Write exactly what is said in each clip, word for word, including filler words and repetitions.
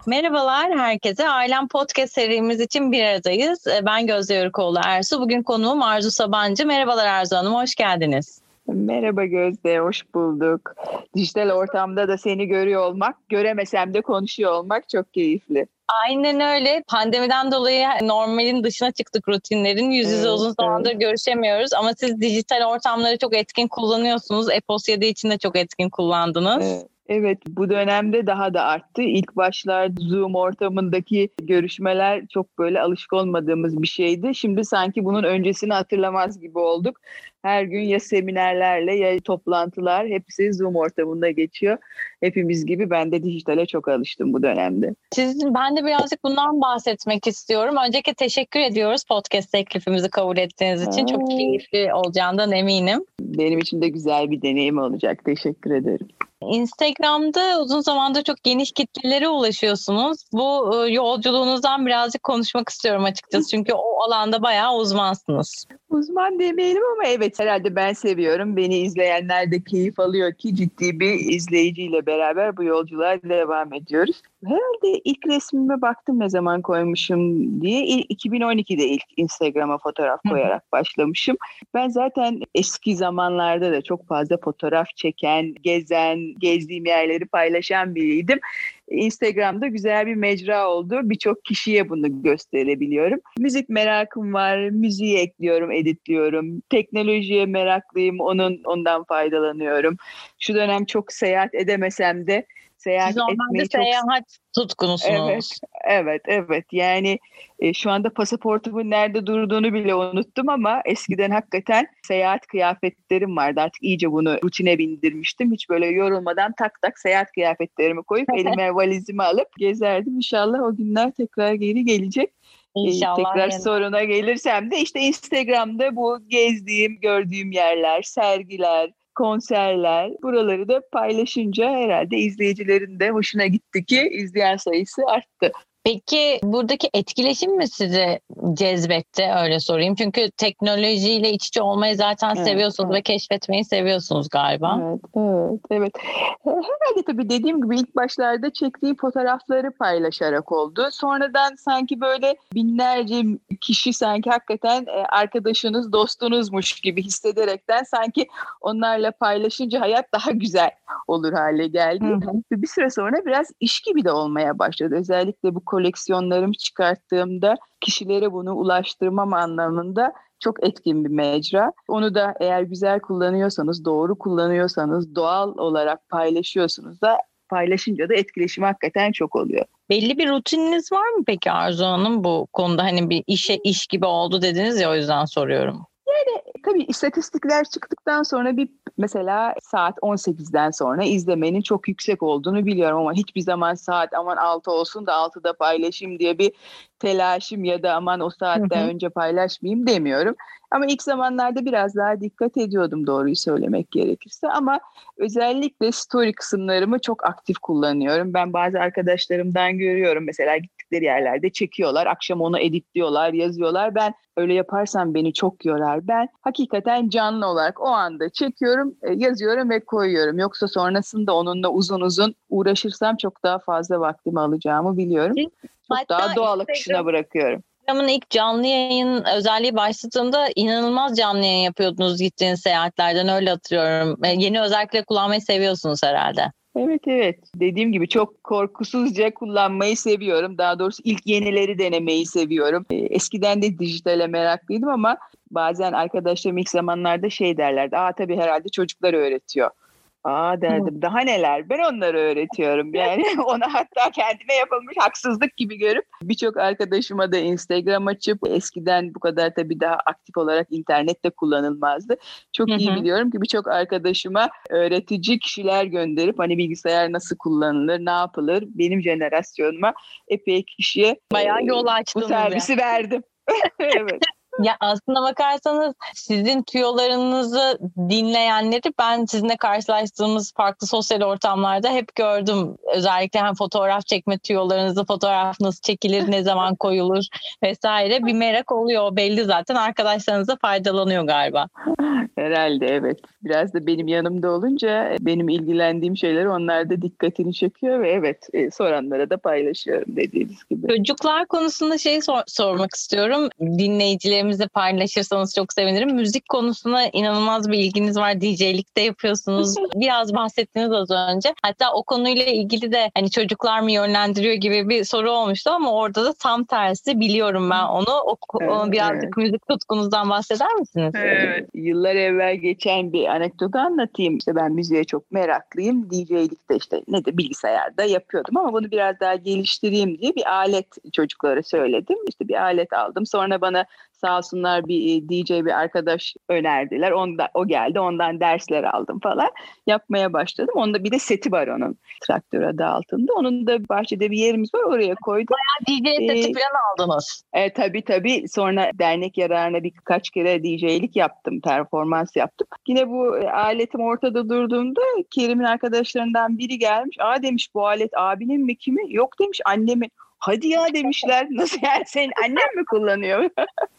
Merhabalar herkese. Ailem Podcast serimiz için bir aradayız. Ben Gözde Yörükoğlu Ersu. Bugün konuğum Arzu Sabancı. Merhabalar Arzu Hanım, hoş geldiniz. Merhaba Gözde, hoş bulduk. Dijital ortamda da seni görüyor olmak, göremesem de konuşuyor olmak çok keyifli. Aynen öyle. Pandemiden dolayı normalin dışına çıktık, rutinlerin. Yüz yüze evet, uzun zamandır evet. görüşemiyoruz. Ama siz dijital ortamları çok etkin kullanıyorsunuz. Epos yedi için de çok etkin kullandınız. Evet. Evet, bu dönemde daha da arttı. İlk başlar Zoom ortamındaki görüşmeler çok böyle alışık olmadığımız bir şeydi. Şimdi sanki bunun öncesini hatırlamaz gibi olduk. Her gün ya seminerlerle ya toplantılar hepsi Zoom ortamında geçiyor. Hepimiz gibi ben de dijitale çok alıştım bu dönemde. Siz, ben de birazcık bundan bahsetmek istiyorum. Öncelikle teşekkür ediyoruz podcast teklifimizi kabul ettiğiniz için. Aa. Çok keyifli olacağından eminim. Benim için de güzel bir deneyim olacak. Teşekkür ederim. Instagram'da uzun zamandır çok geniş kitlelere ulaşıyorsunuz. Bu yolculuğunuzdan birazcık konuşmak istiyorum açıkçası. Çünkü o alanda bayağı uzmansınız. Uzman demeyelim ama evet, herhalde ben seviyorum. Beni izleyenler de keyif alıyor ki ciddi bir izleyiciyle beraber bu yolculuğa devam ediyoruz. Herhalde ilk resmime baktım ne zaman koymuşum diye. iki bin on ikide ilk Instagram'a fotoğraf koyarak başlamışım. Ben zaten eski zamanlarda da çok fazla fotoğraf çeken, gezen, gezdiğim yerleri paylaşan biriydim. Instagram'da güzel bir mecra oldu. Birçok kişiye bunu gösterebiliyorum. Müzik merakım var. Müziği ekliyorum, editliyorum. Teknolojiye meraklıyım. Onun ondan faydalanıyorum. Şu dönem çok seyahat edemesem de seyahat Siz etmeyi çok... seyahat tutkunusunuz. Evet, evet, evet. Yani e, şu anda pasaportumun nerede durduğunu bile unuttum ama eskiden hakikaten seyahat kıyafetlerim vardı. Artık iyice bunu rutine bindirmiştim. Hiç böyle yorulmadan tak tak seyahat kıyafetlerimi koyup elime valizimi alıp gezerdim. İnşallah o günler tekrar geri gelecek. İnşallah. Tekrar yani. Soruna gelirsem de işte Instagram'da bu gezdiğim, gördüğüm yerler, sergiler, konserler, buraları da paylaşınca herhalde izleyicilerin de hoşuna gitti ki izleyen sayısı arttı. Peki buradaki etkileşim mi sizi cezbetti, öyle sorayım? Çünkü teknolojiyle iç içe olmayı zaten evet, seviyorsunuz evet. ve keşfetmeyi seviyorsunuz galiba. Evet, evet, evet. Herhalde tabii dediğim gibi ilk başlarda çektiğim fotoğrafları paylaşarak oldu. Sonradan sanki böyle binlerce kişi sanki hakikaten arkadaşınız, dostunuzmuş gibi hissederekten sanki onlarla paylaşınca hayat daha güzel olur hale geldi. Hı hı. Bir süre sonra biraz iş gibi de olmaya başladı. Özellikle bu koleksiyonlarımı çıkarttığımda kişilere bunu ulaştırmam anlamında çok etkin bir mecra. Onu da eğer güzel kullanıyorsanız, doğru kullanıyorsanız, doğal olarak paylaşıyorsunuz da paylaşınca da etkileşim hakikaten çok oluyor. Belli bir rutininiz var mı peki Arzu Hanım bu konuda? Hani bir işe iş gibi oldu dediniz ya, o yüzden soruyorum. Yani tabii istatistikler çıktıktan sonra bir mesela saat on sekizden sonra izlemenin çok yüksek olduğunu biliyorum ama hiçbir zaman saat aman altı olsun da altıda paylaşayım diye bir telaşım ya da aman o saatten hı hı. önce paylaşmayayım demiyorum. Ama ilk zamanlarda biraz daha dikkat ediyordum, doğruyu söylemek gerekirse, ama özellikle story kısımlarımı çok aktif kullanıyorum. Ben bazı arkadaşlarımdan görüyorum, mesela gittikleri yerlerde çekiyorlar, akşam onu editliyorlar, yazıyorlar. Ben öyle yaparsam beni çok yorar. Ben hakikaten canlı olarak o anda çekiyorum, yazıyorum ve koyuyorum. Yoksa sonrasında onunla uzun uzun uğraşırsam çok daha fazla vaktimi alacağımı biliyorum. Çok Hatta daha doğal akışına bırakıyorum. Instagram'ın ilk canlı yayın özelliği başladığında inanılmaz canlı yayın yapıyordunuz gittiğiniz seyahatlerden, öyle hatırlıyorum. Yeni özellikle kullanmayı seviyorsunuz herhalde. Evet evet, dediğim gibi çok korkusuzca kullanmayı seviyorum. Daha doğrusu ilk yenileri denemeyi seviyorum. Eskiden de dijitale meraklıydım ama bazen arkadaşlarım ilk zamanlarda şey derlerdi. Aa tabii herhalde çocuklar öğretiyor. Aa derdim, daha neler, ben onları öğretiyorum yani. Ona hatta kendime yapılmış haksızlık gibi görüp birçok arkadaşıma da Instagram açıp, eskiden bu kadar tabii daha aktif olarak internette kullanılmazdı. Çok iyi biliyorum ki birçok arkadaşıma öğretici kişiler gönderip hani bilgisayar nasıl kullanılır, ne yapılır, benim jenerasyonuma epey kişiye bayağı yol açtınız bu servisi yani. verdim. Evet. Ya aslında bakarsanız sizin tüyolarınızı dinleyenleri ben sizinle karşılaştığımız farklı sosyal ortamlarda hep gördüm. Özellikle hem fotoğraf çekme tüyolarınızı, fotoğraf nasıl çekilir, ne zaman koyulur vesaire bir merak oluyor. Belli zaten, arkadaşlarınız da faydalanıyor galiba. Herhalde evet. Biraz da benim yanımda olunca benim ilgilendiğim şeyler onlar da dikkatini çekiyor ve evet soranlara da paylaşıyorum dediğiniz gibi. Çocuklar konusunda şey sor- sormak istiyorum. Dinleyicilerimizle paylaşırsanız çok sevinirim. Müzik konusuna inanılmaz bir ilginiz var. D J'lik de yapıyorsunuz. Biraz bahsettiniz az önce. Hatta o konuyla ilgili de hani çocuklar mı yönlendiriyor gibi bir soru olmuştu ama orada da tam tersi, biliyorum ben onu. O, o birazcık evet. Müzik tutkunuzdan bahseder misiniz? Evet. Yıllar evvel geçen bir anekdotu anlatayım. İşte ben müziğe çok meraklıyım. D J'lik de işte ne de bilgisayarda yapıyordum ama bunu biraz daha geliştireyim diye bir alet çocuklara söyledim. İşte bir alet aldım. Sonra bana sağ olsunlar bir D J bir arkadaş önerdiler. Onda, o geldi. Ondan dersler aldım falan. Yapmaya başladım. Onda bir de seti var onun. Traktör adı altında. Onun da bahçede bir yerimiz var. Oraya koydum. Bayağı D J seti ee, falan aldınız. E, tabii tabii. Sonra dernek yararına birkaç kere D J'lik yaptım. Performans yaptım. Yine bu aletim ortada durduğunda Kerim'in arkadaşlarından biri gelmiş. Aa demiş, bu alet abinin mi, kimi? Yok demiş, annemi. Hadi ya demişler. Nasıl yani, senin annen mi kullanıyor?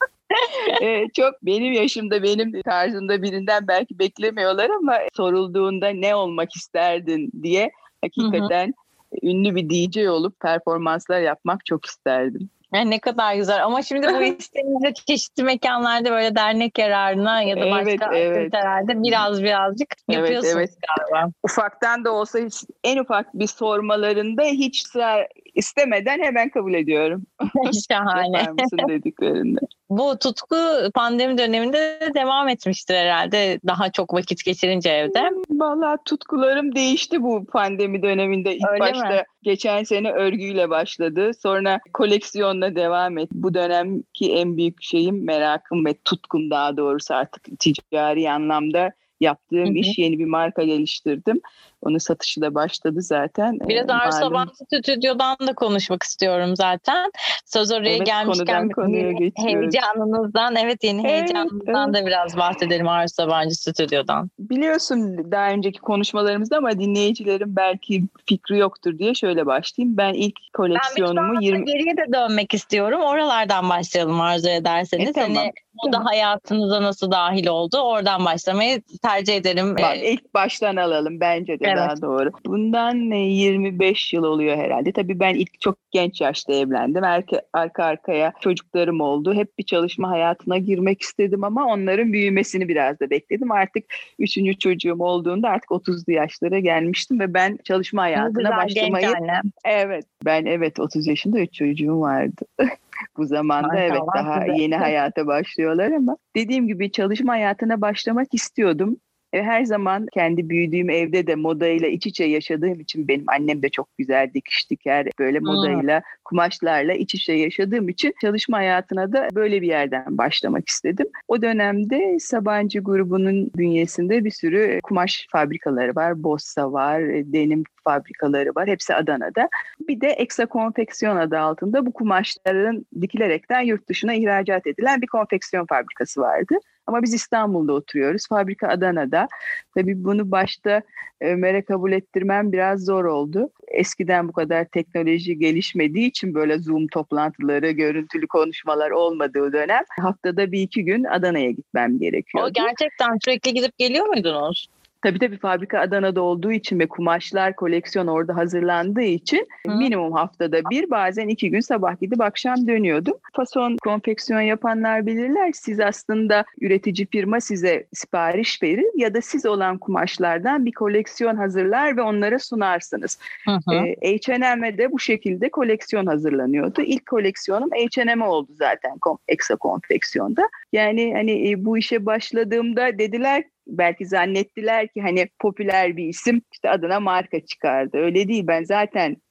ee, çok benim yaşımda, benim tarzımda birinden belki beklemiyorlar ama sorulduğunda ne olmak isterdin diye hakikaten hı hı. ünlü bir D J olup performanslar yapmak çok isterdim. Yani ne kadar güzel ama şimdi bu isteğinizde çeşitli mekanlarda böyle dernek yararına ya da başka evet, evet. aktivitelerde biraz birazcık yapıyorsunuz evet, evet. galiba. Ufaktan da olsa hiç, en ufak bir sormalarında hiç ısrar istemeden hemen kabul ediyorum. Şahane. Yapar mısın dediklerinde. Bu tutku pandemi döneminde de devam etmiştir herhalde, daha çok vakit geçirince evde. Vallahi tutkularım değişti bu pandemi döneminde. İlk Öyle başta mi? geçen sene örgüyle başladı. Sonra koleksiyonla devam etti. Bu dönemki en büyük şeyim, merakım ve tutkum daha doğrusu artık ticari anlamda yaptığım hı hı. iş. Yeni bir marka geliştirdim. Onun satışı da başladı zaten. Biraz Arzu Sabancı Stüdyo'dan da konuşmak istiyorum zaten. Söz oraya evet, gelmişken yeni heyecanınızdan, evet yeni evet, heyecanınızdan evet. da biraz bahsedelim Arzu Sabancı Stüdyo'dan. Biliyorsun daha önceki konuşmalarımızda ama dinleyicilerin belki fikri yoktur diye şöyle başlayayım. Ben ilk koleksiyonumu ben yirmi geriye de dönmek istiyorum. Oralardan başlayalım arzu ederseniz. E, tamam. Hani bu da hayatınıza nasıl dahil oldu? Oradan başlamayı tercih ederim. Bak, ilk baştan alalım bence de evet. daha doğru. Bundan yirmi beş yıl oluyor herhalde. Tabii ben ilk çok genç yaşta evlendim. Arka, arka arkaya çocuklarım oldu. Hep bir çalışma hayatına girmek istedim ama onların büyümesini biraz da bekledim. Artık üçüncü çocuğum olduğunda artık otuzlu yaşlara gelmiştim ve ben çalışma hayatına başlamayı... Evet, ben evet otuz yaşında üç çocuğum vardı. Bu zamanda Ay, evet daha size. Yeni hayata başlıyorlar ama dediğim gibi çalışma hayatına başlamak istiyordum. Her zaman kendi büyüdüğüm evde de modayla iç içe yaşadığım için, benim annem de çok güzel dikiş diker, böyle modayla, kumaşlarla iç içe yaşadığım için çalışma hayatına da böyle bir yerden başlamak istedim. O dönemde Sabancı grubunun bünyesinde bir sürü kumaş fabrikaları var. Bossa var, denim fabrikaları var. Hepsi Adana'da. Bir de Eksa Konfeksiyon adı altında bu kumaşların dikilerekten yurt dışına ihracat edilen bir konfeksiyon fabrikası vardı. Ama biz İstanbul'da oturuyoruz. Fabrika Adana'da. Tabii bunu başta Ömer'e kabul ettirmem biraz zor oldu. Eskiden bu kadar teknoloji gelişmediği için böyle Zoom toplantıları, görüntülü konuşmalar olmadığı dönem haftada bir iki gün Adana'ya gitmem gerekiyordu. O gerçekten sürekli gidip geliyor muydunuz? Tabii tabii fabrika Adana'da olduğu için ve kumaşlar koleksiyon orada hazırlandığı için Hı. minimum haftada bir, bazen iki gün sabah gidip akşam dönüyordum. Fason konfeksiyon yapanlar bilirler. Siz aslında üretici firma size sipariş verir ya da siz olan kumaşlardan bir koleksiyon hazırlar ve onlara sunarsınız. Hı hı. Ee, H and M'e de bu şekilde koleksiyon hazırlanıyordu. İlk koleksiyonum H and M oldu zaten Eksa Konfeksiyon'da. Yani hani e, bu işe başladığımda dediler, belki zannettiler ki hani popüler bir isim işte adına marka çıkardı. Öyle değil, ben zaten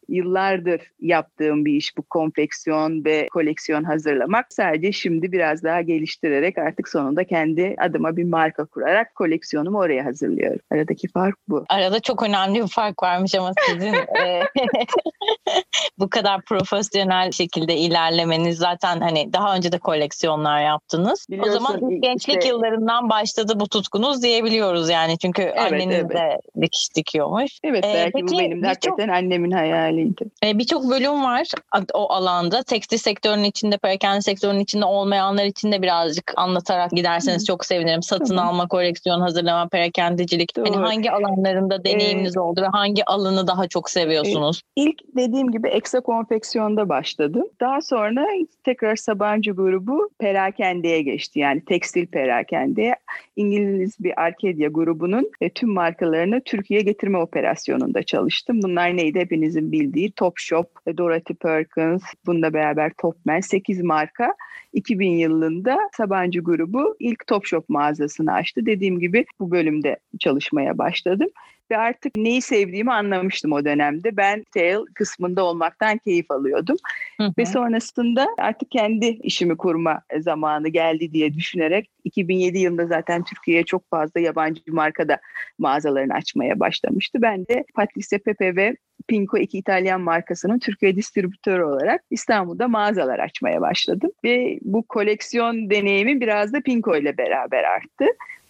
yıllardır yaptığım bir iş bu konfeksiyon ve koleksiyon hazırlamak. Sadece şimdi biraz daha geliştirerek artık sonunda kendi adıma bir marka kurarak koleksiyonumu oraya hazırlıyorum. Aradaki fark bu. Arada çok önemli bir fark varmış ama sizin e, bu kadar profesyonel şekilde ilerlemeniz zaten hani daha önce de koleksiyonlar yaptınız. Biliyorsun, o zaman ilk gençlik işte, yıllarından başladı bu tutkunuz diyebiliyoruz yani. Çünkü evet, anneniz evet. de dikiş dikiyormuş. Evet Ee, belki peki, bu benim de hakikaten annemin hayaliydi. E, Birçok bölüm var o alanda. Tekstil sektörünün içinde, perakende sektörünün içinde olmayanlar için de birazcık anlatarak giderseniz Hı. çok sevinirim. Satın tamam. alma, koleksiyon hazırlama, perakendecilik. Hani hangi alanlarında deneyiminiz ee, oldu ve hangi alanı daha çok seviyorsunuz? E, ilk dediğim gibi Eksa Konfeksiyon'da başladım. Daha sonra tekrar Sabancı grubu perakendeye geçti. Yani tekstil perakendeye. İngiliz bir Arcadia grubunun e, tüm markalarını Türkiye'ye getirme operasyonunda çalıştım. Bunlar neydi? Hepinizin bildiği Topshop, Dorothy Perkins, bununla beraber Topman, sekiz marka. iki bin yılında Sabancı grubu ilk Topshop mağazasını açtı. Dediğim gibi bu bölümde çalışmaya başladım. Ve artık neyi sevdiğimi anlamıştım o dönemde. Ben retail kısmında olmaktan keyif alıyordum. Hı hı. Ve sonrasında artık kendi işimi kurma zamanı geldi diye düşünerek iki bin yedi yılında zaten Türkiye'ye çok fazla yabancı markada mağazalarını açmaya başlamıştı. Ben de Patrizia Pepe ve Pinko, iki İtalyan markasının Türkiye distribütörü olarak İstanbul'da mağazalar açmaya başladım. Ve bu koleksiyon deneyimi biraz da Pinko ile beraber arttı.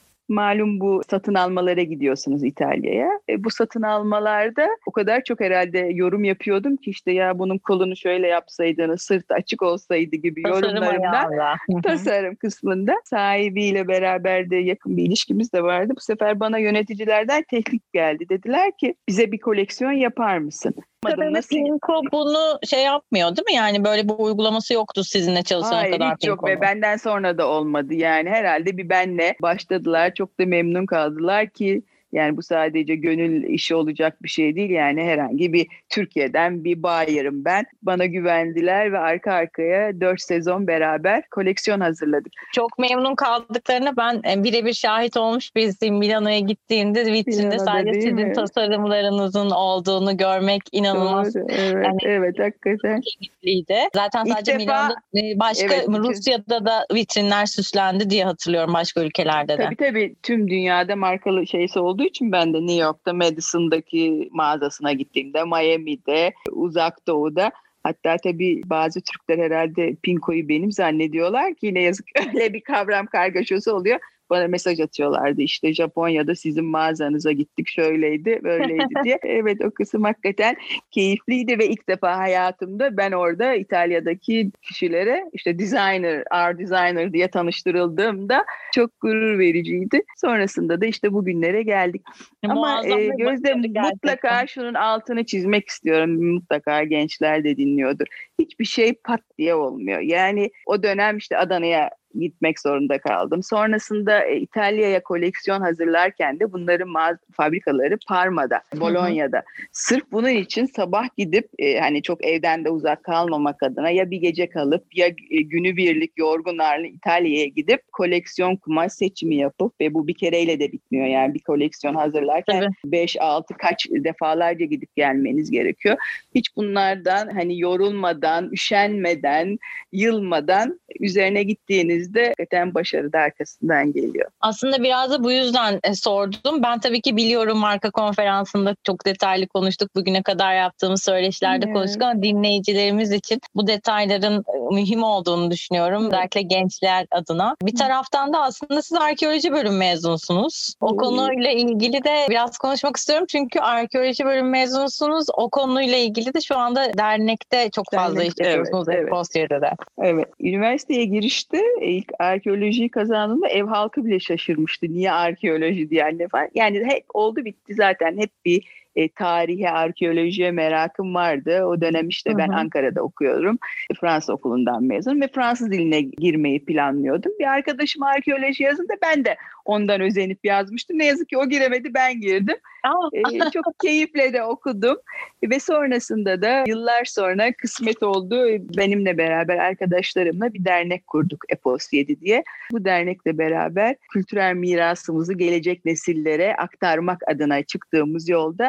Malum bu satın almalara gidiyorsunuz İtalya'ya. E, bu satın almalarda o kadar çok herhalde yorum yapıyordum ki işte ya bunun kolunu şöyle yapsaydınız, sırtı açık olsaydı gibi tasarım yorumlarımda tasarım kısmında sahibiyle beraber de yakın bir ilişkimiz de vardı. Bu sefer bana yöneticilerden teklif geldi. Dediler ki bize bir koleksiyon yapar mısın? Nasıl? Pinko bunu şey yapmıyor değil mi? Yani böyle bir uygulaması yoktu sizinle çalışana Hayır, kadar. Hayır hiç yok ve benden sonra da olmadı. Yani herhalde bir benle başladılar. Çok da memnun kaldılar ki yani bu sadece gönül işi olacak bir şey değil. Yani herhangi bir Türkiye'den bir buyer'ım ben. Bana güvendiler ve arka arkaya dört sezon beraber koleksiyon hazırladık. Çok memnun kaldıklarına ben birebir şahit olmuş birisiyim. Milano'ya gittiğinde vitrinde Milano'da sadece sizin mi? tasarımlarınızın olduğunu görmek inanılmaz. Doğru, evet, yani, evet hakikaten. Keyifliydi. Zaten İlk sadece defa, Milano'da başka evet, Rusya'da da vitrinler süslendi diye hatırlıyorum başka ülkelerde de. Tabii tabii tüm dünyada markalı şeysi olduğu için ben de New York'ta Madison'daki mağazasına gittiğimde, Miami'de, Uzak Doğu'da, hatta tabii bazı Türkler herhalde Pinko'yu benim zannediyorlar ki ne yazık öyle bir kavram kargaşası oluyor. Bana mesaj atıyorlardı işte Japonya'da sizin mağazanıza gittik şöyleydi böyleydi diye. Evet o kısım hakikaten keyifliydi ve ilk defa hayatımda ben orada İtalya'daki kişilere işte designer, art designer diye tanıştırıldığımda çok gurur vericiydi. Sonrasında da işte bugünlere geldik. Ama e, Gözde mutlaka şunun altını çizmek istiyorum. Mutlaka gençler de dinliyordur. Hiçbir şey pat diye olmuyor. Yani o dönem işte Adana'ya gitmek zorunda kaldım. Sonrasında e, İtalya'ya koleksiyon hazırlarken de bunların ma- fabrikaları Parma'da, Bologna'da. Hı hı. Sırf bunun için sabah gidip e, hani çok evden de uzak kalmamak adına ya bir gece kalıp ya e, günübirlik yorgun arlı İtalya'ya gidip koleksiyon kumaş seçimi yapıp ve bu bir kereyle de bitmiyor. Yani bir koleksiyon hazırlarken beş altı kaç defalarca gidip gelmeniz gerekiyor. Hiç bunlardan hani yorulmadan, üşenmeden, yılmadan üzerine gittiğiniz de hakikaten başarı da arkasından geliyor. Aslında biraz da bu yüzden e, sordum. Ben tabii ki biliyorum marka konferansında çok detaylı konuştuk. Bugüne kadar yaptığımız söyleşilerde evet. konuştuk ama dinleyicilerimiz için bu detayların e, mühim olduğunu düşünüyorum. Evet. Özellikle gençler adına. Bir taraftan da aslında siz arkeoloji bölüm mezunsunuz. O evet. konuyla ilgili de biraz konuşmak istiyorum. Çünkü arkeoloji bölüm mezunsunuz. O konuyla ilgili de şu anda dernekte çok fazla Dernek, iş yapıyorsunuz. Evet, evet. Postyer'de. Evet. Üniversiteye girişte ilk arkeolojiyi kazandığımda ev halkı bile şaşırmıştı. Niye arkeoloji diye anne falan. Yani hep oldu bitti zaten. Hep bir e, tarihe, arkeolojiye merakım vardı. O dönem işte ben hı hı. Ankara'da okuyorum. Fransız okulundan mezunum ve Fransız diline girmeyi planlıyordum. Bir arkadaşım arkeoloji yazınca ben de ondan özenip yazmıştım. Ne yazık ki o giremedi, ben girdim. ee, çok keyifle de okudum. Ve sonrasında da yıllar sonra kısmet oldu. Benimle beraber arkadaşlarımla bir dernek kurduk Epos yedi diye. Bu dernekle beraber kültürel mirasımızı gelecek nesillere aktarmak adına çıktığımız yolda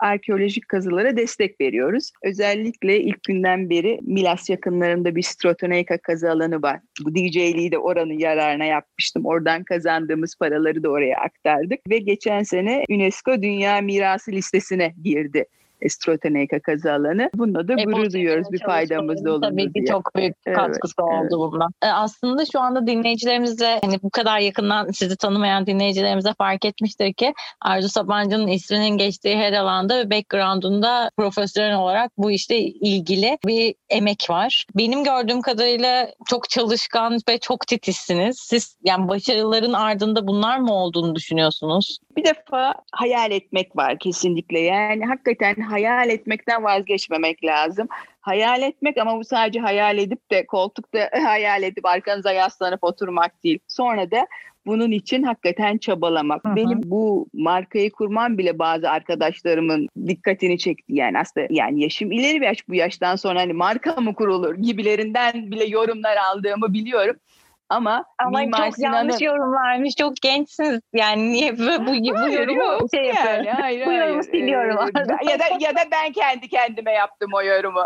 arkeolojik kazılara destek veriyoruz. Özellikle ilk günden beri Milas yakınlarında bir Strotoneyka kazı alanı var. Bu D J'liği de oranın yararına yapmıştım. Oradan kazandığımız paraları da oraya aktardık ve geçen sene UNESCO Dünya Mirası listesine girdi Strotoneyka kazı alanı. Bununla da gurur duyuyoruz, bir faydamız da olundu tabii ki diye. çok büyük Evet, katkısı evet. oldu bundan. E, Aslında şu anda dinleyicilerimize, hani bu kadar yakından sizi tanımayan dinleyicilerimize fark etmiştir ki Arzu Sabancı'nın isminin geçtiği her alanda ve background'unda profesyonel olarak bu işte ilgili bir emek var. Benim gördüğüm kadarıyla çok çalışkan ve çok titizsiniz. Siz yani başarıların ardında bunlar mı olduğunu düşünüyorsunuz? Bir defa hayal etmek var kesinlikle. Yani hakikaten hayal etmekten vazgeçmemek lazım. Hayal etmek, ama bu sadece hayal edip de koltukta hayal edip arkanıza yaslanıp oturmak değil. Sonra da bunun için hakikaten çabalamak. Hı hı. Benim bu markayı kurmam bile bazı arkadaşlarımın dikkatini çekti. Yani aslında yani yaşım ileri bir yaş, bu yaştan sonra hani marka mı kurulur gibilerinden bile yorumlar aldığımı biliyorum. Ama, Ama Mimar çok Sinan'ın... yanlış yorumlarmış. Çok gençsiniz. Yani niye bu, bu, bu hayır, yorumu yok şey yapıyorum. yani, hayır, bu yorumu hayır. siliyorum. Ee, ya da ya da ben kendi kendime yaptım o yorumu.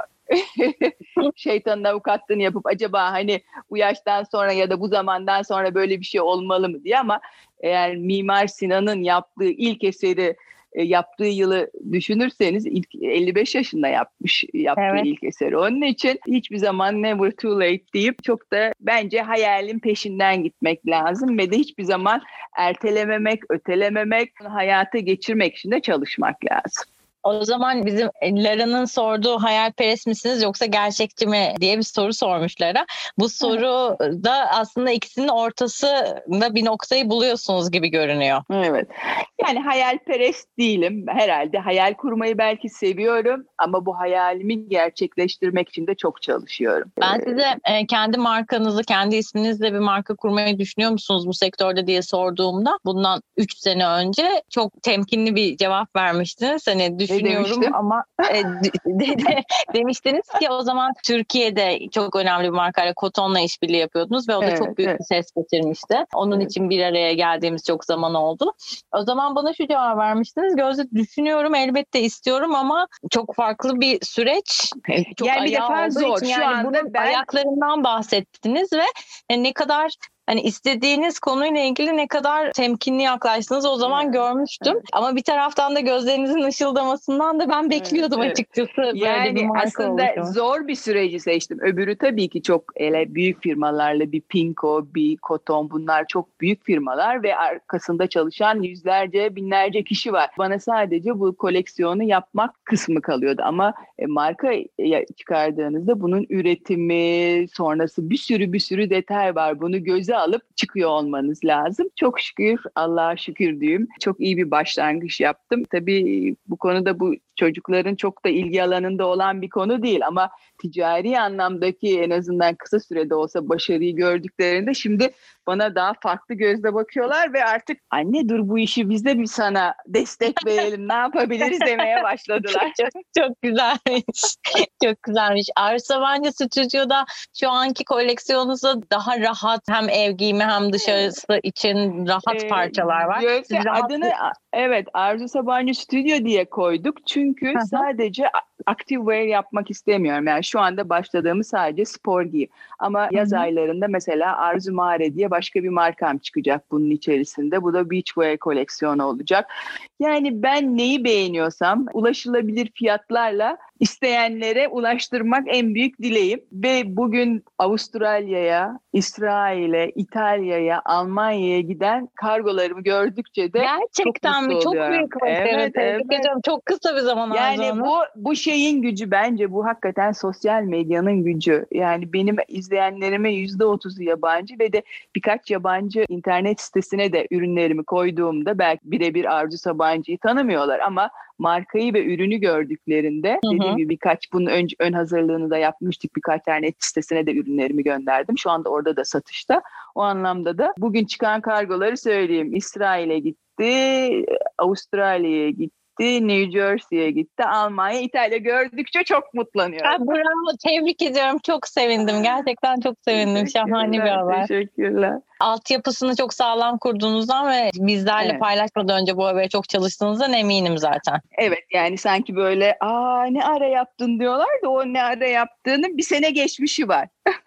Şeytanın avukatlığını yapıp acaba hani bu yaştan sonra ya da bu zamandan sonra böyle bir şey olmalı mı diye, ama eğer Mimar Sinan'ın yaptığı ilk eseri yaptığı yılı düşünürseniz ilk elli beş yaşında yapmış yaptığı evet. ilk eseri. Onun için hiçbir zaman never too late deyip çok da bence hayalin peşinden gitmek lazım ve de hiçbir zaman ertelememek, ötelememek, hayata geçirmek için de çalışmak lazım. O zaman bizim Lara'nın sorduğu hayalperest misiniz yoksa gerçekçi mi diye bir soru sormuş Lara. Bu soru evet. da aslında ikisinin ortasında bir noktayı buluyorsunuz gibi görünüyor. Evet. Yani hayalperest değilim. Herhalde hayal kurmayı belki seviyorum ama bu hayalimi gerçekleştirmek için de çok çalışıyorum. Ben size e, kendi markanızı, kendi isminizle bir marka kurmayı düşünüyor musunuz bu sektörde diye sorduğumda bundan üç sene önce çok temkinli bir cevap vermiştiniz. Hani düşünüyorum ama e, de, de, demiştiniz ki o zaman Türkiye'de çok önemli bir markayla Koton'la işbirliği yapıyordunuz ve o da evet, çok büyük evet. bir ses getirmişti. Onun evet. için bir araya geldiğimiz çok zaman oldu. O zaman bana şu cevap vermiştiniz. Gözde düşünüyorum, elbette istiyorum ama çok farklı bir süreç. Çok yani bir defa zor. Için şu yani anda ben... ayaklarından bahsettiniz ve yani ne kadar hani istediğiniz konuyla ilgili ne kadar temkinli yaklaştınız o zaman evet, görmüştüm. Evet. Ama bir taraftan da gözlerinizin ışıldamasından da ben bekliyordum evet, açıkçası. Evet. Böyle yani bir marka aslında oluşumu. Zor bir süreci seçtim. Öbürü tabii ki çok ele büyük firmalarla, bir Pinko, bir Koton, bunlar çok büyük firmalar ve arkasında çalışan yüzlerce, binlerce kişi var. Bana sadece bu koleksiyonu yapmak kısmı kalıyordu ama e, marka çıkardığınızda bunun üretimi, sonrası bir sürü bir sürü detay var. Bunu göze alıp çıkıyor olmanız lazım. Çok şükür, Allah'a şükür diyeyim. Çok iyi bir başlangıç yaptım. Tabii bu konuda bu çocukların çok da ilgi alanında olan bir konu değil ama ticari anlamdaki en azından kısa sürede olsa başarıyı gördüklerinde şimdi bana daha farklı gözle bakıyorlar ve artık anne dur bu işi biz de bir sana destek verelim, ne yapabiliriz demeye başladılar. çok, çok güzelmiş. Çok güzelmiş. Arzu Sabancı Stüdyo'da şu anki koleksiyonunuzda daha rahat hem ev giyimi hem dışarısı evet. için rahat ee, parçalar var. Siz adını rahat... evet Arzu Sabancı Stüdyo diye koyduk çünkü Hı-hı. sadece active wear yapmak istemiyorum. Yani şu anda başladığımız sadece spor giyim. Ama Hı-hı. yaz aylarında mesela Arzu Mare diye başka bir markam çıkacak bunun içerisinde. Bu da beachwear koleksiyonu olacak. Yani ben neyi beğeniyorsam ulaşılabilir fiyatlarla isteyenlere ulaştırmak en büyük dileğim. Ve bugün Avustralya'ya, İsrail'e, İtalya'ya, Almanya'ya giden kargolarımı gördükçe de gerçekten çok mi? Çok büyük evet, evet. Ediyorum. Çok kısa bir zaman yani bu bu şeyin gücü bence bu hakikaten sosyal medyanın gücü. Yani benim izleyenlerime yüzde otuzu yabancı ve de birkaç yabancı internet sitesine de ürünlerimi koyduğumda belki birebir Arzu Sabancı'yı tanımıyorlar ama markayı ve ürünü gördüklerinde hı hı. dediğim gibi birkaç bunun ön, ön hazırlığını da yapmıştık. Birkaç internet sitesine de ürünlerimi gönderdim. Şu anda orada da satışta. O anlamda da bugün çıkan kargoları söyleyeyim. İsrail'e gitti, Avustralya'ya gitti, New Jersey'ye gitti, Almanya, İtalya gördükçe çok mutlanıyorum. Ha, bravo, tebrik ediyorum. Çok sevindim. Gerçekten çok sevindim. Şahane bir haber. Teşekkürler. altyapısını çok sağlam kurduğunuzdan ve bizlerle Evet. paylaşmadan önce bu haberi çok çalıştığınızdan eminim zaten. Evet, yani sanki böyle aa ne ara yaptın diyorlar da o ne ara yaptığının bir sene geçmişi var.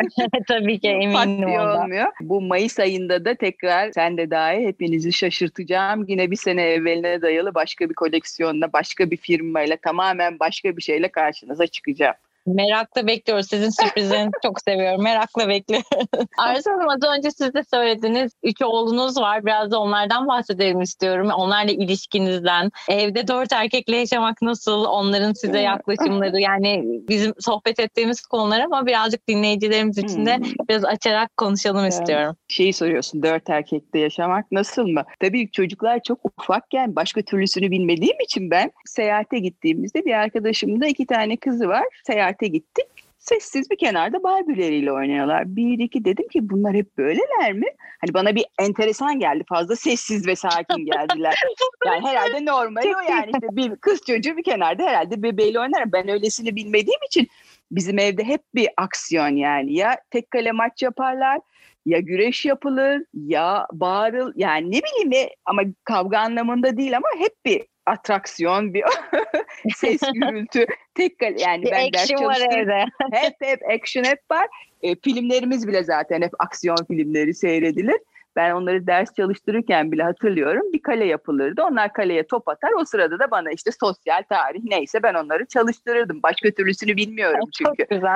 Tabii ki Pat eminim diye ondan. olmuyor. Bu Mayıs ayında da tekrar sen de dahil hepinizi şaşırtacağım. Yine bir sene evveline dayalı başka bir koleksiyonla, başka bir firmayla, tamamen başka bir şeyle karşınıza çıkacağım. Merakla bekliyoruz. Sizin sürprizlerinizi çok seviyorum. Merakla bekliyorum. Arzu Hanım, az önce siz de söylediniz. Üç oğlunuz var. Biraz da onlardan bahsedelim istiyorum. Onlarla ilişkinizden. Evde dört erkekle yaşamak nasıl? Onların size yaklaşımları. Yani bizim sohbet ettiğimiz konular ama birazcık dinleyicilerimiz için de biraz açarak konuşalım istiyorum. Şeyi soruyorsun, dört erkekle yaşamak nasıl mı? Tabii çocuklar çok ufakken başka türlüsünü bilmediğim için ben seyahate gittiğimizde bir arkadaşımda iki tane kızı var. Seyahate gittik. Sessiz bir kenarda Barbie'leriyle oynuyorlar. Bir iki dedim ki bunlar hep böyleler mi? Hani bana bir enteresan geldi. Fazla sessiz ve sakin geldiler. Yani herhalde normal o yani. İşte bir kız çocuğu bir kenarda herhalde bebeğiyle oynar. Ben öylesini bilmediğim için bizim evde hep bir aksiyon yani. Ya tek kale maç yaparlar, ya güreş yapılır, ya bağırıl. Yani ne bileyim ne, ama kavga anlamında değil ama hep bir atraksiyon, bir ses gürültü. Tek kale, yani bir ben ders çalıştırırım. hep hep action hep var. E, filmlerimiz bile zaten hep aksiyon filmleri seyredilir. Ben onları ders çalıştırırken bile hatırlıyorum. Bir kale yapılırdı. Onlar kaleye top atar. O sırada da bana işte sosyal tarih neyse ben onları çalıştırırdım. Başka türlüsünü bilmiyorum çünkü. Çok güzel.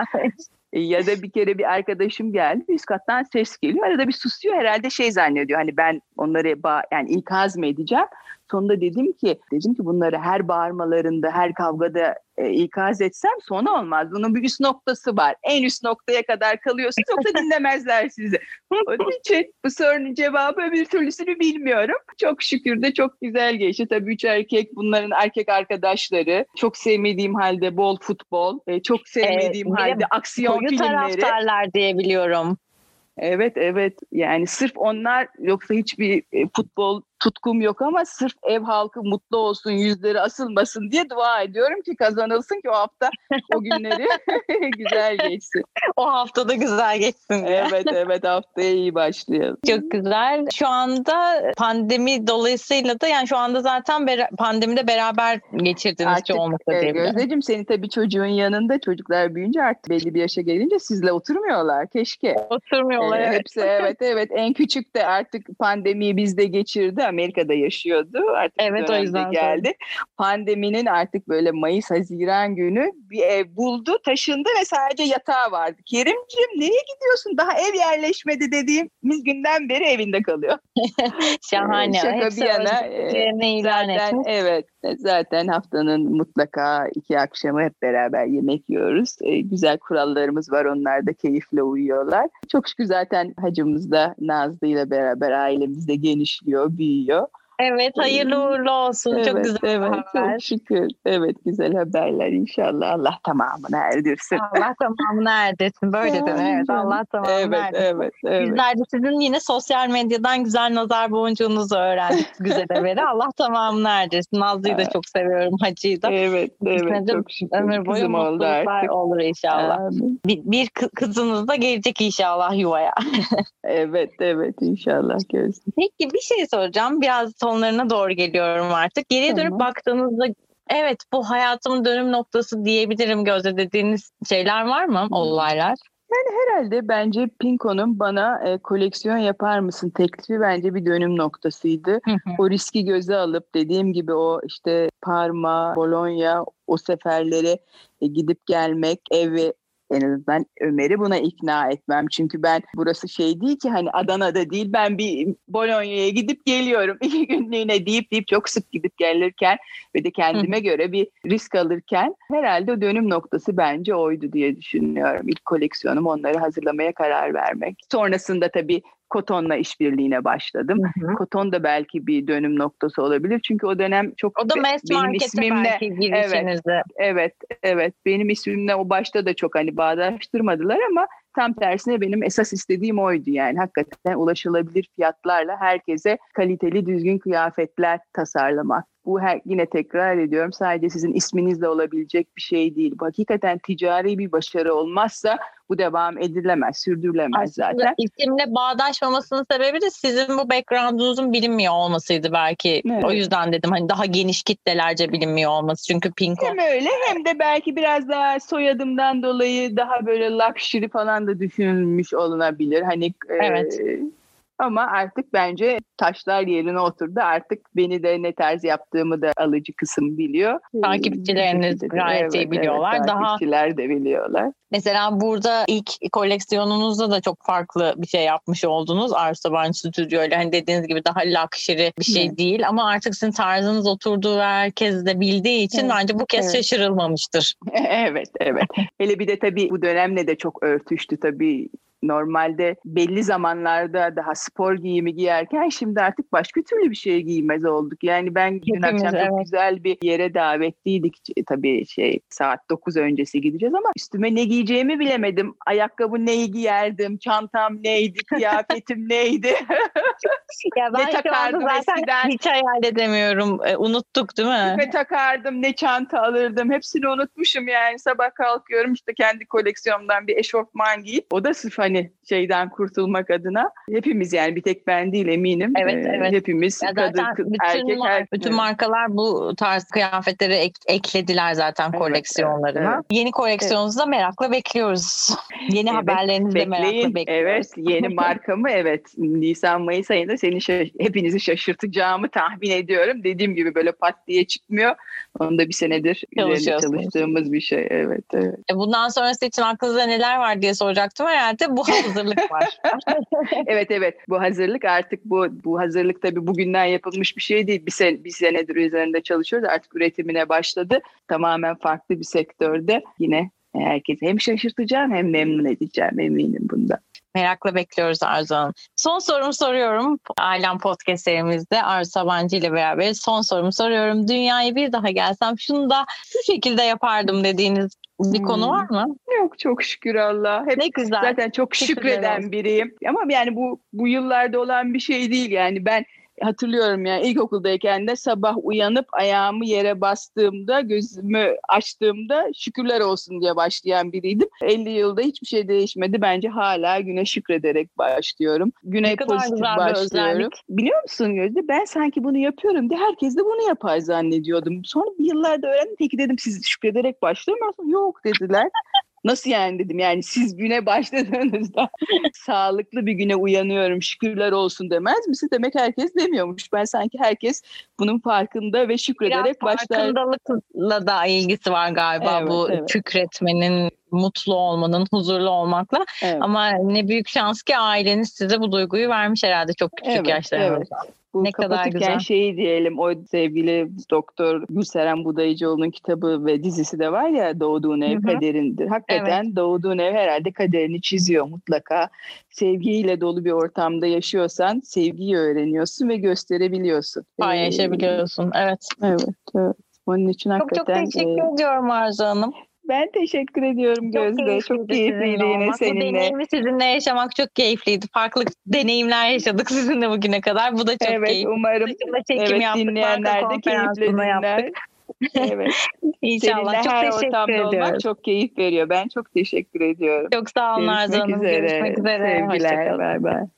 Ya da bir kere bir arkadaşım geldi. Üst kattan ses geliyor. Arada bir susuyor. Herhalde şey zannediyor. Hani ben onları ba- yani ikaz mı edeceğim? Sonunda dedim ki dedim ki bunları her bağırmalarında, her kavgada e, ikaz etsem sonu olmaz. Bunun bir üst noktası var. En üst noktaya kadar kalıyorsunuz yoksa dinlemezler sizi. Onun için bu sorunun cevabı öbür türlüsünü bilmiyorum. Çok şükür de çok güzel geçti. Tabii üç erkek, bunların erkek arkadaşları. Çok sevmediğim halde bol futbol. E, çok sevmediğim Ee, halde aksiyon koyu filmleri. taraftarlar diye biliyorum. Evet evet, yani sırf onlar, yoksa hiçbir e, futbol tutkum yok ama sırf ev halkı mutlu olsun, yüzleri asılmasın diye dua ediyorum ki kazanılsın ki o hafta o günleri güzel geçsin. O haftada güzel geçsin diye. Evet evet, haftaya iyi başlayalım. Çok güzel. Şu anda pandemi dolayısıyla da yani şu anda zaten ber- pandemide beraber geçirdiniz Artık çoğunlukla e, diyebilirim. Gözdeciğim, senin tabii çocuğun yanında, çocuklar büyüyünce artık belli bir yaşa gelince sizle oturmuyorlar keşke. Oturmuyorlar Ee, evet. Hepsi evet evet, en küçük de artık pandemiyi bizde geçirdi, Amerika'da yaşıyordu artık, Evet, bu o dönemde yüzden geldi. Pandeminin artık böyle Mayıs Haziran günü bir ev buldu, taşındı ve sadece yatağı vardı. Kerimciğim nereye gidiyorsun, daha ev yerleşmedi dediğimiz günden beri evinde kalıyor. Şahane. Ee, Şaka Hepsi bir yana özgürlüklerini e, ilan zaten etmiş. evet zaten haftanın mutlaka iki akşamı hep beraber yemek yiyoruz. Ee, güzel kurallarımız var, onlar da keyifle uyuyorlar. Çok şükür zaten hacımız da Nazlı ile beraber ailemizde genişliyor, büyüyor. Evet, hayırlı uğurlu olsun. Evet, Çok güzel evet, haber. çok şükür. Evet, güzel haberler inşallah. Allah tamamını erdirsin. Allah tamamını erdirsin. Böyle denir. Evet, Allah tamamını Evet, erdirsin. evet, evet. Bizler de sizin yine sosyal medyadan güzel nazar boncuğunuzu öğrendik güzel haberi. Allah tamamını erdirsin. Nazlı'yı da çok seviyorum, Hacı'yı da. Evet, evet, İkisine de çok şükür. ömür boyu Kızım oldu mutluluklar artık. olur inşallah. Amin. Bir, bir kı- kızınız da gelecek inşallah yuvaya. Evet, evet, inşallah Göz. Peki bir şey soracağım. Biraz sonlarına doğru geliyorum artık. Geriye Tamam. dönüp baktığınızda evet, bu hayatımın dönüm noktası diyebilirim Gözde dediğiniz şeyler var mı? Olaylar. Herhalde bence Pinko'nun bana e, koleksiyon yapar mısın teklifi bence bir dönüm noktasıydı. Hı hı. O riski göze alıp dediğim gibi o işte Parma, Bologna, o seferlere e, gidip gelmek, evi, en azından Ömer'i buna ikna etmem. Çünkü ben, burası şey değil ki hani Adana'da değil, ben bir Bologna'ya gidip geliyorum iki günlüğüne deyip deyip çok sık gidip gelirken ve de kendime göre bir risk alırken herhalde o dönüm noktası bence oydu diye düşünüyorum. İlk koleksiyonum onları hazırlamaya karar vermek. Sonrasında tabii Koton'la işbirliğine başladım. Hı hı. Koton da belki bir dönüm noktası olabilir. Çünkü o dönem çok o da mass benim markete ismimle, belki girişinizde. Evet, evet, evet. Benim ismimle o başta da çok hani bağdaştırmadılar ama tam tersine benim esas istediğim oydu yani. Hakikaten ulaşılabilir fiyatlarla herkese kaliteli, düzgün kıyafetler tasarlamak. bu her, yine tekrar ediyorum, sadece sizin isminizle olabilecek bir şey değil. Bu hakikaten ticari bir başarı olmazsa bu devam edilemez, sürdürülemez aslında zaten. İsimle bağdaşmamasının sebebi de sizin bu background'unuzun bilinmiyor olmasıydı belki. Evet. O yüzden dedim hani daha geniş kitlelerce bilinmiyor olması. Çünkü Pinko. Hem öyle hem de belki biraz daha soyadımdan dolayı daha böyle luxury falan da düşünülmüş olunabilir. Hani Evet. E, ama artık bence taşlar yerine oturdu. Artık beni de ne tarz yaptığımı da alıcı kısım biliyor. Takipçileriniz Ee, gayet evet, iyi biliyorlar. Evet, Daha takipçiler de biliyorlar. mesela burada ilk koleksiyonunuzda da çok farklı bir şey yapmış oldunuz. Arsabancı Stüdyo ile hani dediğiniz gibi daha luxury bir şey Evet. değil ama artık sizin tarzınız oturduğu ve herkes de bildiği için Evet. bence bu kez Evet. şaşırılmamıştır. Evet, evet. Hele bir de tabii bu dönemle de çok örtüştü tabii. Normalde belli zamanlarda daha spor giyimi giyerken şimdi artık başka türlü bir şey giymez olduk. Yani ben dün Hepimiz, akşam çok evet. güzel bir yere davetliydik. Tabii şey saat dokuz öncesi gideceğiz ama üstüme ne giyeceğimi bilemedim. Ayakkabı neyi giyerdim, çantam neydi, kıyafetim neydi? Ya ben ne şu anda takardım zaten eskiden. hiç hayal edemiyorum. E, unuttuk değil mi? Ne takardım, ne çanta alırdım. Hepsini unutmuşum yani. Sabah kalkıyorum işte kendi koleksiyonumdan bir eşofman giyip. O da sırf hani şeyden kurtulmak adına. Hepimiz yani bir tek ben değil eminim. Evet, Ee, evet. Hepimiz Ya kadın, zaten kız, bütün erkek, mar- erkek. bütün Evet. markalar bu tarz kıyafetleri ek- eklediler zaten Evet, koleksiyonlarına. evet, Yeni koleksiyonunuzu da merakla bekliyoruz. Yeni Evet, haberlerinizi de merakla bekleyin. bekliyoruz. Evet, yeni markamı evet Nisan Mayıs ayında seni şaş- hepinizi şaşırtacağımı tahmin ediyorum. Dediğim gibi böyle pat diye çıkmıyor. Onu da bir senedir üzerinde Çalışıyorsunuz. çalıştığımız bir şey. Evet, evet. E, Bundan sonrası için aklınızda neler var diye soracaktım. Herhalde bu hazırlık var. Evet, evet, bu hazırlık artık bu bu hazırlık tabii bugünden yapılmış bir şey değil. Bir, sen, bir senedir üzerinde çalışıyoruz. Artık üretimine başladı. Tamamen farklı bir sektörde. Yine herkesi hem şaşırtacağım hem memnun edeceğim eminim bundan. Merakla bekliyoruz Arzu Hanım. Son sorumu soruyorum. Ailem Podcast serimizde Arzu Sabancı ile beraber son sorumu soruyorum. Dünyaya bir daha gelsem şunu da şu şekilde yapardım dediğiniz bir Hmm. konu var mı? Yok çok şükür Allah. Hep Ne güzel. zaten çok Şükürler şükreden olsun. biriyim. Ama yani bu bu yıllarda olan bir şey değil yani ben hatırlıyorum yani ilkokuldayken de sabah uyanıp ayağımı yere bastığımda gözümü açtığımda şükürler olsun diye başlayan biriydim. elli yılda hiçbir şey değişmedi. Bence hala güne şükrederek başlıyorum. Güne Ne kadar pozitif güzel bir başlıyorum. özellik. Biliyor musun Gözde? Ben sanki bunu yapıyorum diye herkes de bunu yapar zannediyordum. Sonra bir yıllarda öğrendim. Peki dedim siz şükrederek başlıyor musunuz? Yok dediler. Nasıl yani dedim yani siz güne başladığınızda sağlıklı bir güne uyanıyorum şükürler olsun demez misin? Demek herkes demiyormuş. Ben sanki herkes bunun farkında ve şükrederek Biraz başlar. farkındalıkla da ilgisi var galiba Evet, bu evet. şükretmenin, mutlu olmanın, huzurlu olmakla. Evet. Ama ne büyük şans ki aileniz size bu duyguyu vermiş herhalde çok küçük Evet, yaşlarınızda. evet. Bu Ne kadar kapatırken güzel. şeyi diyelim o sevgili Doktor Gülseren Budayıcıoğlu'nun kitabı ve dizisi de var ya Doğduğun Ev Hı hı. Kaderindir. Hakikaten doğduğun ev herhalde kaderini çiziyor mutlaka. Sevgiyle dolu bir ortamda yaşıyorsan sevgiyi öğreniyorsun ve gösterebiliyorsun. Paylaşabiliyorsun. Evet. Ee, evet, evet. Onun için Çok çok hakikaten teşekkür e, ediyorum Arzu Hanım. ben teşekkür ediyorum Çok Gözde. Çok keyifliydi keyifliydi sizinle yine olmak. Bu seninle. deneyimi sizinle yaşamak çok keyifliydi. Farklı deneyimler yaşadık sizinle bugüne kadar. Bu da çok Evet, keyifli. umarım Dışında çekim evet yaptık. Marka dinleyenler de keyifle konferansında dinler. yaptık. Evet. İnşallah. Seninle Çok her teşekkür ortamda olmak ediyoruz. çok keyif veriyor. Ben çok teşekkür ediyorum. Çok sağ olun Arzu Görüşmek Hanım. üzere. Görüşmek üzere. Sevgiler. Hoşçakalın. Bay bay.